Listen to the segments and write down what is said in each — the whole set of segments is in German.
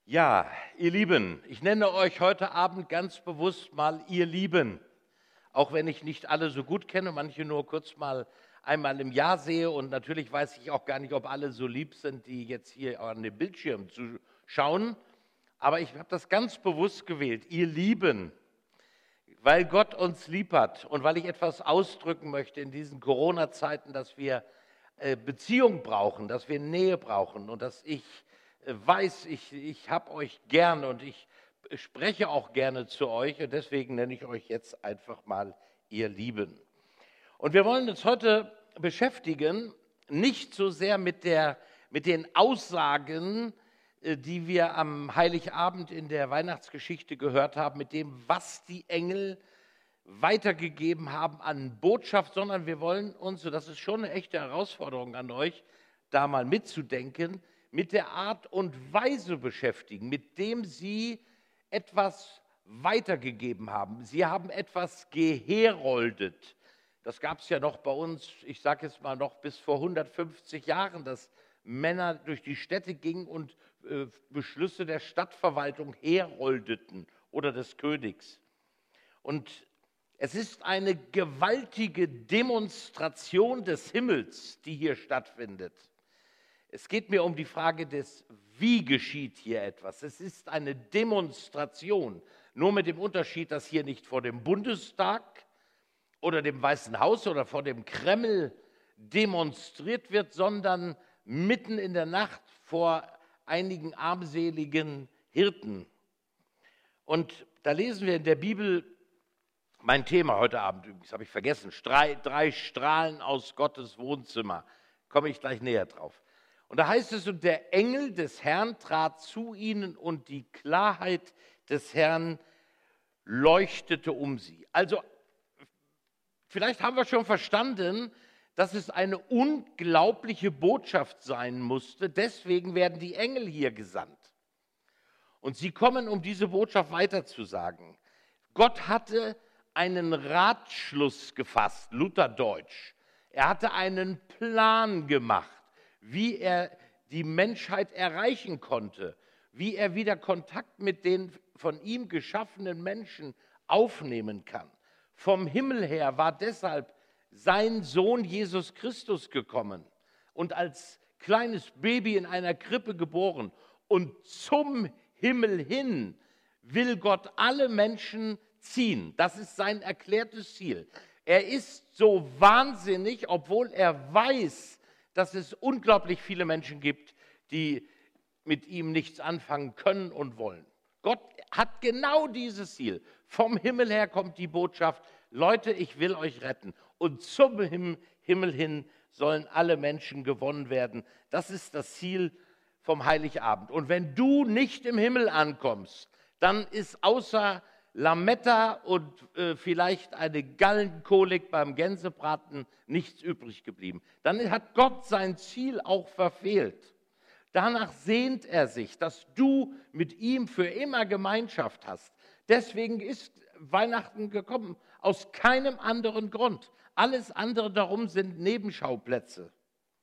Ja, ihr Lieben, ich nenne euch heute Abend ganz bewusst mal ihr Lieben. Auch wenn ich nicht alle so gut kenne, manche nur kurz mal einmal im Jahr sehe. Und natürlich weiß ich auch gar nicht, ob alle so lieb sind, die jetzt hier an den Bildschirm zuschauen. Aber ich habe das ganz bewusst gewählt, ihr Lieben, weil Gott uns lieb hat und weil ich etwas ausdrücken möchte in diesen Corona-Zeiten, dass wir Beziehung brauchen, dass wir Nähe brauchen und dass ich weiß, ich habe euch gern und ich spreche auch gerne zu euch und deswegen nenne ich euch jetzt einfach mal ihr Lieben. Und wir wollen uns heute beschäftigen, nicht so sehr mit den Aussagen, die wir am Heiligabend in der Weihnachtsgeschichte gehört haben, mit dem, was die Engel weitergegeben haben an Botschaft, sondern wir wollen uns, und das ist schon eine echte Herausforderung an euch, da mal mitzudenken, mit der Art und Weise beschäftigen, mit dem sie etwas weitergegeben haben. Sie haben etwas geheroldet. Das gab es ja noch bei uns, ich sage jetzt mal noch bis vor 150 Jahren, dass Männer durch die Städte gingen und Beschlüsse der Stadtverwaltung heroldeten oder des Königs. Und es ist eine gewaltige Demonstration des Himmels, die hier stattfindet. Es geht mir um die Frage des, wie geschieht hier etwas. Es ist eine Demonstration, nur mit dem Unterschied, dass hier nicht vor dem Bundestag oder dem Weißen Haus oder vor dem Kreml demonstriert wird, sondern mitten in der Nacht vor einigen armseligen Hirten. Und da lesen wir in der Bibel, mein Thema heute Abend übrigens, habe ich vergessen, 3 Strahlen aus Gottes Wohnzimmer, komme ich gleich näher drauf. Und da heißt es, und der Engel des Herrn trat zu ihnen und die Klarheit des Herrn leuchtete um sie. Also vielleicht haben wir schon verstanden, dass es eine unglaubliche Botschaft sein musste. Deswegen werden die Engel hier gesandt. Und sie kommen, um diese Botschaft weiterzusagen. Gott hatte einen Ratschluss gefasst, Lutherdeutsch. Er hatte einen Plan gemacht, wie er die Menschheit erreichen konnte, wie er wieder Kontakt mit den von ihm geschaffenen Menschen aufnehmen kann. Vom Himmel her war deshalb sein Sohn Jesus Christus gekommen und als kleines Baby in einer Krippe geboren. Und zum Himmel hin will Gott alle Menschen ziehen. Das ist sein erklärtes Ziel. Er ist so wahnsinnig, obwohl er weiß, dass es unglaublich viele Menschen gibt, die mit ihm nichts anfangen können und wollen. Gott hat genau dieses Ziel. Vom Himmel her kommt die Botschaft, Leute, ich will euch retten. Und zum Himmel hin sollen alle Menschen gewonnen werden. Das ist das Ziel vom Heiligabend. Und wenn du nicht im Himmel ankommst, dann ist außer Lametta und vielleicht eine Gallenkolik beim Gänsebraten nichts übrig geblieben. Dann hat Gott sein Ziel auch verfehlt. Danach sehnt er sich, dass du mit ihm für immer Gemeinschaft hast. Deswegen ist Weihnachten gekommen, aus keinem anderen Grund. Alles andere darum sind Nebenschauplätze.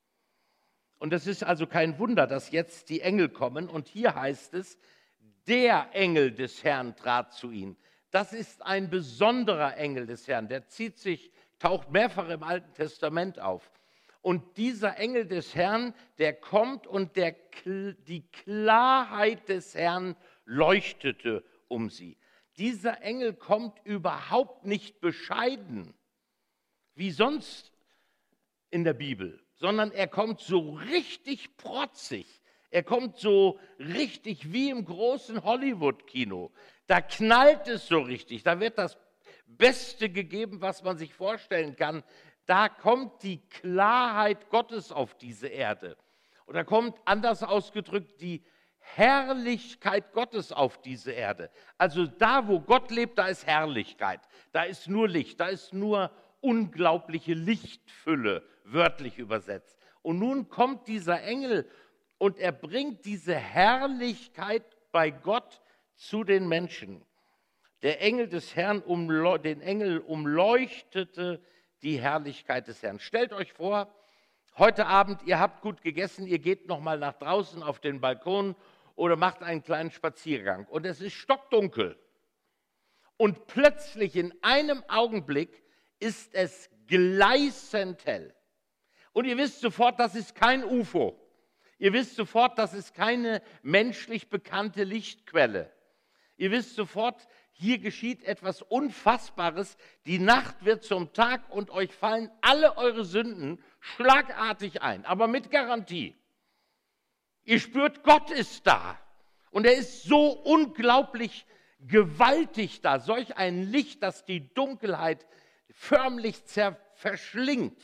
Und es ist also kein Wunder, dass jetzt die Engel kommen. Und hier heißt es, der Engel des Herrn trat zu ihnen. Das ist ein besonderer Engel des Herrn. Der taucht mehrfach im Alten Testament auf. Und dieser Engel des Herrn, der kommt und die Klarheit des Herrn leuchtete um sie. Dieser Engel kommt überhaupt nicht bescheiden, wie sonst in der Bibel, sondern er kommt so richtig protzig. Er kommt so richtig wie im großen Hollywood-Kino. Da knallt es so richtig, da wird das Beste gegeben, was man sich vorstellen kann. Da kommt die Klarheit Gottes auf diese Erde. Und da kommt, anders ausgedrückt, die Herrlichkeit Gottes auf diese Erde. Also da, wo Gott lebt, da ist Herrlichkeit. Da ist nur Licht, da ist nur unglaubliche Lichtfülle, wörtlich übersetzt. Und nun kommt dieser Engel und er bringt diese Herrlichkeit bei Gott zu den Menschen. Der Engel des Herrn, den Engel umleuchtete die Herrlichkeit des Herrn. Stellt euch vor, heute Abend, ihr habt gut gegessen, ihr geht noch mal nach draußen auf den Balkon oder macht einen kleinen Spaziergang und es ist stockdunkel. Und plötzlich in einem Augenblick ist es gleißend hell. Und ihr wisst sofort, das ist kein UFO. Ihr wisst sofort, das ist keine menschlich bekannte Lichtquelle. Ihr wisst sofort, hier geschieht etwas Unfassbares. Die Nacht wird zum Tag und euch fallen alle eure Sünden schlagartig ein, aber mit Garantie. Ihr spürt, Gott ist da und er ist so unglaublich gewaltig da, solch ein Licht, das die Dunkelheit förmlich verschlingt.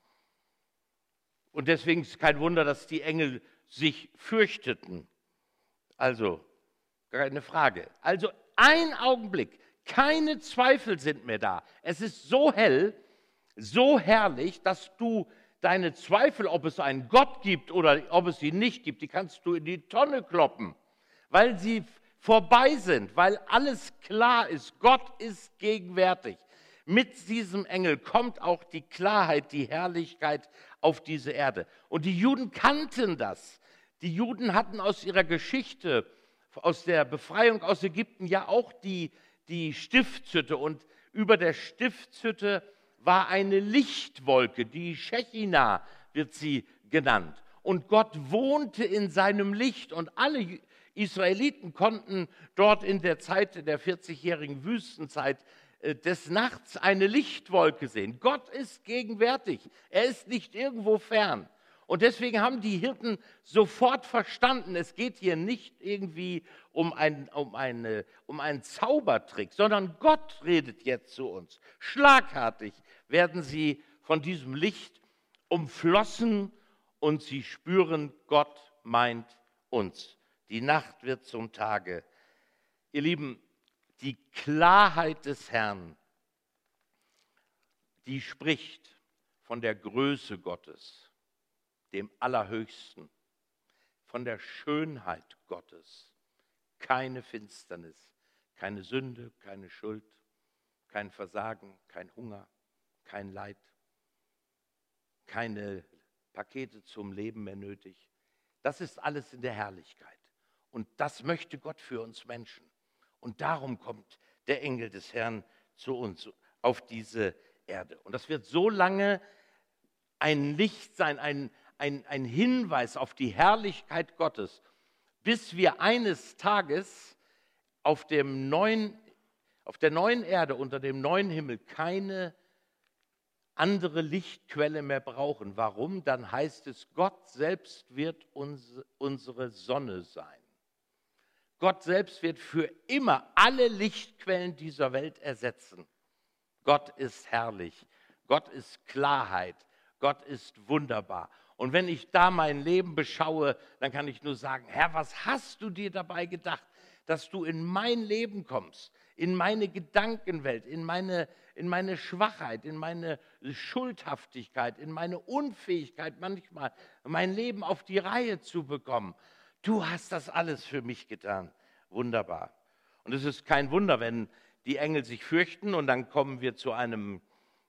Und deswegen ist es kein Wunder, dass die Engel sich fürchteten. Also, keine Frage. Also ein Augenblick, keine Zweifel sind mehr da. Es ist so hell, so herrlich, dass du deine Zweifel, ob es einen Gott gibt oder ob es ihn nicht gibt, die kannst du in die Tonne kloppen, weil sie vorbei sind, weil alles klar ist. Gott ist gegenwärtig. Mit diesem Engel kommt auch die Klarheit, die Herrlichkeit auf diese Erde. Und die Juden kannten das. Die Juden hatten aus ihrer Geschichte, aus der Befreiung aus Ägypten ja auch die Stiftshütte. Und über der Stiftshütte war eine Lichtwolke, die Schechina wird sie genannt. Und Gott wohnte in seinem Licht und alle Israeliten konnten dort in der Zeit der 40-jährigen Wüstenzeit des Nachts eine Lichtwolke sehen. Gott ist gegenwärtig, er ist nicht irgendwo fern. Und deswegen haben die Hirten sofort verstanden, es geht hier nicht irgendwie um einen Zaubertrick, sondern Gott redet jetzt zu uns. Schlagartig werden sie von diesem Licht umflossen und sie spüren, Gott meint uns. Die Nacht wird zum Tage. Ihr Lieben, die Klarheit des Herrn, die spricht von der Größe Gottes, dem Allerhöchsten, von der Schönheit Gottes. Keine Finsternis, keine Sünde, keine Schuld, kein Versagen, kein Hunger, kein Leid, keine Pakete zum Leben mehr nötig. Das ist alles in der Herrlichkeit. Und das möchte Gott für uns Menschen. Und darum kommt der Engel des Herrn zu uns auf diese Erde. Und das wird so lange ein Licht sein, ein Hinweis auf die Herrlichkeit Gottes, bis wir eines Tages auf der neuen Erde, unter dem neuen Himmel, keine andere Lichtquelle mehr brauchen. Warum? Dann heißt es, Gott selbst wird unsere Sonne sein. Gott selbst wird für immer alle Lichtquellen dieser Welt ersetzen. Gott ist herrlich, Gott ist Klarheit, Gott ist wunderbar. Und wenn ich da mein Leben beschaue, dann kann ich nur sagen, Herr, was hast du dir dabei gedacht, dass du in mein Leben kommst, in meine Gedankenwelt, in meine Schwachheit, in meine Schuldhaftigkeit, in meine Unfähigkeit, manchmal mein Leben auf die Reihe zu bekommen. Du hast das alles für mich getan. Wunderbar. Und es ist kein Wunder, wenn die Engel sich fürchten. Und dann kommen wir zu einem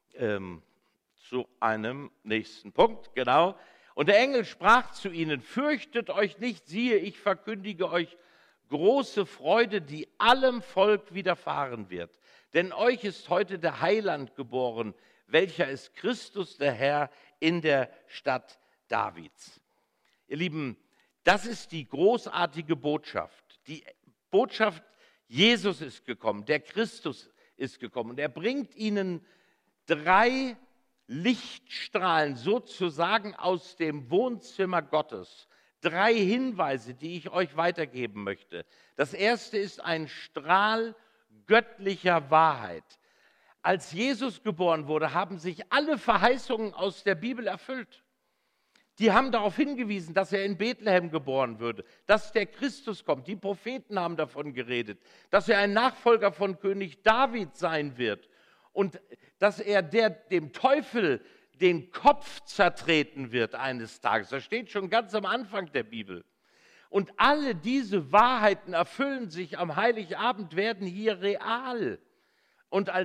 nächsten Punkt. Genau. Und der Engel sprach zu ihnen, fürchtet euch nicht, siehe, ich verkündige euch große Freude, die allem Volk widerfahren wird. Denn euch ist heute der Heiland geboren, welcher ist Christus der Herr in der Stadt Davids. Ihr Lieben, das ist die großartige Botschaft. Die Botschaft, Jesus ist gekommen, der Christus ist gekommen. Und er bringt ihnen 3 Lichtstrahlen sozusagen aus dem Wohnzimmer Gottes. 3 Hinweise, die ich euch weitergeben möchte. Das erste ist ein Strahl göttlicher Wahrheit. Als Jesus geboren wurde, haben sich alle Verheißungen aus der Bibel erfüllt. Die haben darauf hingewiesen, dass er in Bethlehem geboren würde, dass der Christus kommt. Die Propheten haben davon geredet, dass er ein Nachfolger von König David sein wird und dass er dem Teufel den Kopf zertreten wird eines Tages. Das steht schon ganz am Anfang der Bibel. Und alle diese Wahrheiten erfüllen sich am Heiligabend, werden hier real. Und als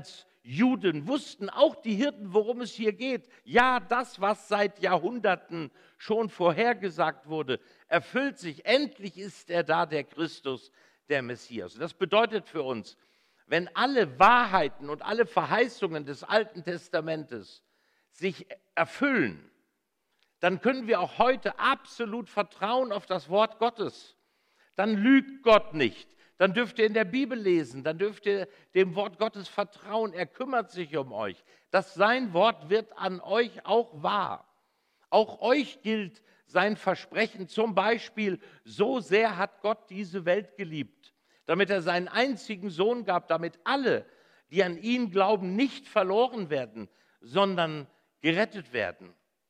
Juden wussten auch die Hirten, worum es hier geht. Ja, das, was seit Jahrhunderten schon vorhergesagt wurde, erfüllt sich. Endlich ist er da, der Christus, der Messias. Und das bedeutet für uns, wenn alle Wahrheiten und alle Verheißungen des Alten Testamentes sich erfüllen, dann können wir auch heute absolut vertrauen auf das Wort Gottes. Dann lügt Gott nicht. Dann dürft ihr in der Bibel lesen, dann dürft ihr dem Wort Gottes vertrauen. Er kümmert sich um euch. Sein Wort wird an euch auch wahr. Auch euch gilt sein Versprechen, zum Beispiel, so sehr hat Gott diese Welt geliebt, damit er seinen einzigen Sohn gab, damit alle, die an ihn glauben, nicht verloren werden, sondern gerettet werden.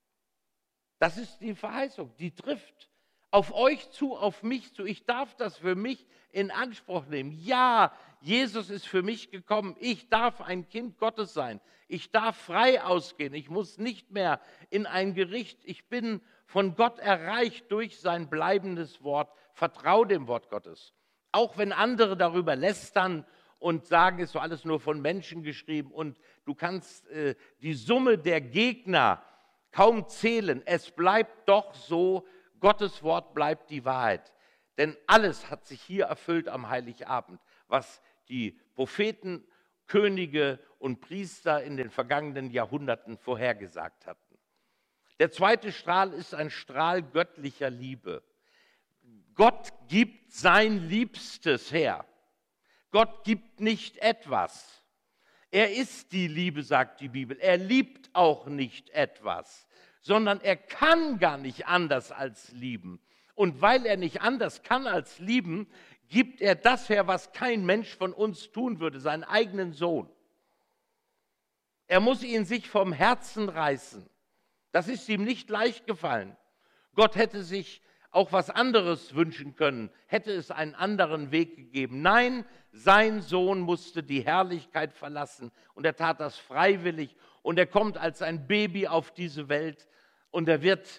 Das ist die Verheißung, die trifft auf euch zu, auf mich zu. Ich darf das für mich in Anspruch nehmen. Ja, Jesus ist für mich gekommen. Ich darf ein Kind Gottes sein. Ich darf frei ausgehen. Ich muss nicht mehr in ein Gericht. Ich bin von Gott erreicht durch sein bleibendes Wort. Vertraue dem Wort Gottes. Auch wenn andere darüber lästern und sagen, es war alles nur von Menschen geschrieben und du kannst die Summe der Gegner kaum zählen. Es bleibt doch so, Gottes Wort bleibt die Wahrheit. Denn alles hat sich hier erfüllt am Heiligabend, was die Propheten, Könige und Priester in den vergangenen Jahrhunderten vorhergesagt hatten. Der zweite Strahl ist ein Strahl göttlicher Liebe. Gott gibt sein Liebstes her. Gott gibt nicht etwas. Er ist die Liebe, sagt die Bibel. Er liebt auch nicht etwas, sondern er kann gar nicht anders als lieben. Und weil er nicht anders kann als lieben, gibt er das her, was kein Mensch von uns tun würde, seinen eigenen Sohn. Er muss ihn sich vom Herzen reißen. Das ist ihm nicht leicht gefallen. Gott hätte sich auch was anderes wünschen können, hätte es einen anderen Weg gegeben. Nein, sein Sohn musste die Herrlichkeit verlassen und er tat das freiwillig und er kommt als ein Baby auf diese Welt und er wird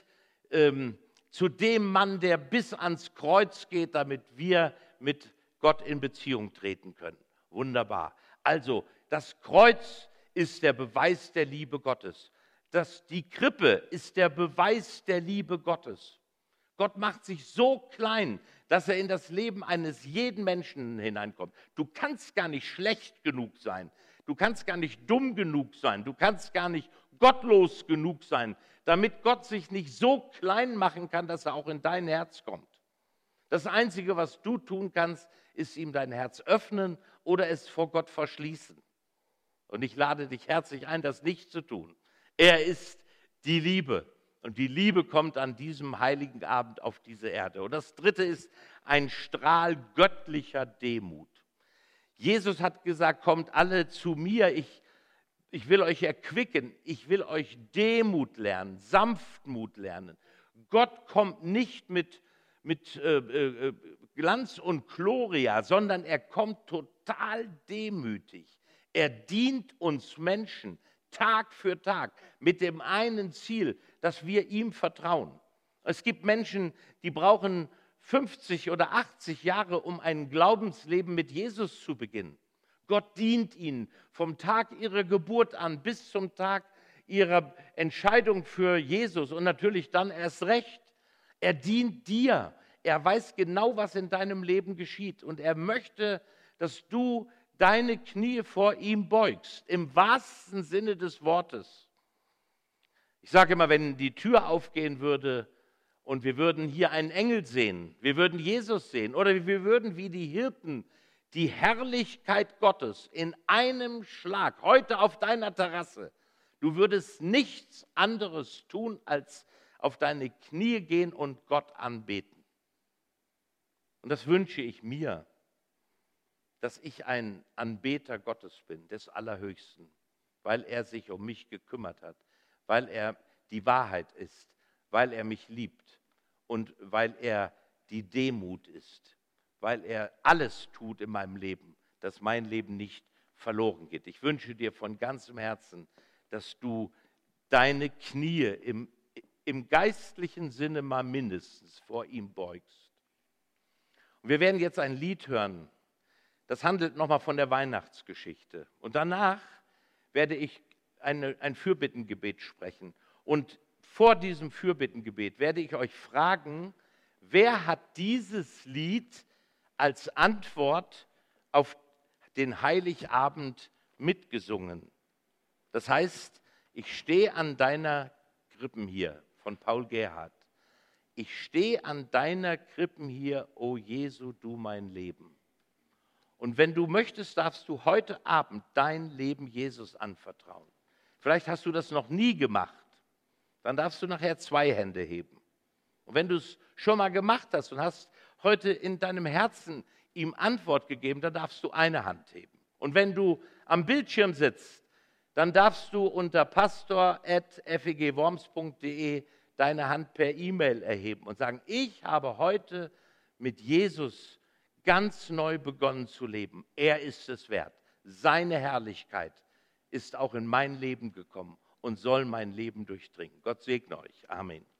zu dem Mann, der bis ans Kreuz geht, damit wir mit Gott in Beziehung treten können. Wunderbar. Also das Kreuz ist der Beweis der Liebe Gottes. Die Krippe ist der Beweis der Liebe Gottes. Gott macht sich so klein, dass er in das Leben eines jeden Menschen hineinkommt. Du kannst gar nicht schlecht genug sein. Du kannst gar nicht dumm genug sein. Du kannst gar nicht gottlos genug sein, damit Gott sich nicht so klein machen kann, dass er auch in dein Herz kommt. Das Einzige, was du tun kannst, ist ihm dein Herz öffnen oder es vor Gott verschließen. Und ich lade dich herzlich ein, das nicht zu tun. Er ist die Liebe. Und die Liebe kommt an diesem heiligen Abend auf diese Erde. Und das dritte ist ein Strahl göttlicher Demut. Jesus hat gesagt, kommt alle zu mir, ich will euch erquicken, ich will euch Demut lernen, Sanftmut lernen. Gott kommt nicht mit Glanz und Gloria, sondern er kommt total demütig. Er dient uns Menschen Tag für Tag mit dem einen Ziel, dass wir ihm vertrauen. Es gibt Menschen, die brauchen 50 oder 80 Jahre, um ein Glaubensleben mit Jesus zu beginnen. Gott dient ihnen vom Tag ihrer Geburt an bis zum Tag ihrer Entscheidung für Jesus und natürlich dann erst recht. Er dient dir. Er weiß genau, was in deinem Leben geschieht und er möchte, dass du deine Knie vor ihm beugst, im wahrsten Sinne des Wortes. Ich sage immer, wenn die Tür aufgehen würde und wir würden hier einen Engel sehen, wir würden Jesus sehen oder wir würden wie die Hirten die Herrlichkeit Gottes in einem Schlag, heute auf deiner Terrasse, du würdest nichts anderes tun, als auf deine Knie gehen und Gott anbeten. Und das wünsche ich mir, dass ich ein Anbeter Gottes bin, des Allerhöchsten, weil er sich um mich gekümmert hat, weil er die Wahrheit ist, weil er mich liebt und weil er die Demut ist, weil er alles tut in meinem Leben, dass mein Leben nicht verloren geht. Ich wünsche dir von ganzem Herzen, dass du deine Knie im geistlichen Sinne mal mindestens vor ihm beugst. Und wir werden jetzt ein Lied hören, das handelt nochmal von der Weihnachtsgeschichte. Und danach werde ich ein Fürbittengebet sprechen. Und vor diesem Fürbittengebet werde ich euch fragen, wer hat dieses Lied als Antwort auf den Heiligabend mitgesungen? Das heißt, ich stehe an deiner Krippen hier, von Paul Gerhardt. Ich stehe an deiner Krippen hier, o Jesu, du mein Leben. Und wenn du möchtest, darfst du heute Abend dein Leben Jesus anvertrauen. Vielleicht hast du das noch nie gemacht. Dann darfst du nachher 2 Hände heben. Und wenn du es schon mal gemacht hast und hast heute in deinem Herzen ihm Antwort gegeben, dann darfst du eine Hand heben. Und wenn du am Bildschirm sitzt, dann darfst du unter pastor@fegworms.de deine Hand per E-Mail erheben und sagen, ich habe heute mit Jesus ganz neu begonnen zu leben. Er ist es wert. Seine Herrlichkeit ist auch in mein Leben gekommen und soll mein Leben durchdringen. Gott segne euch. Amen.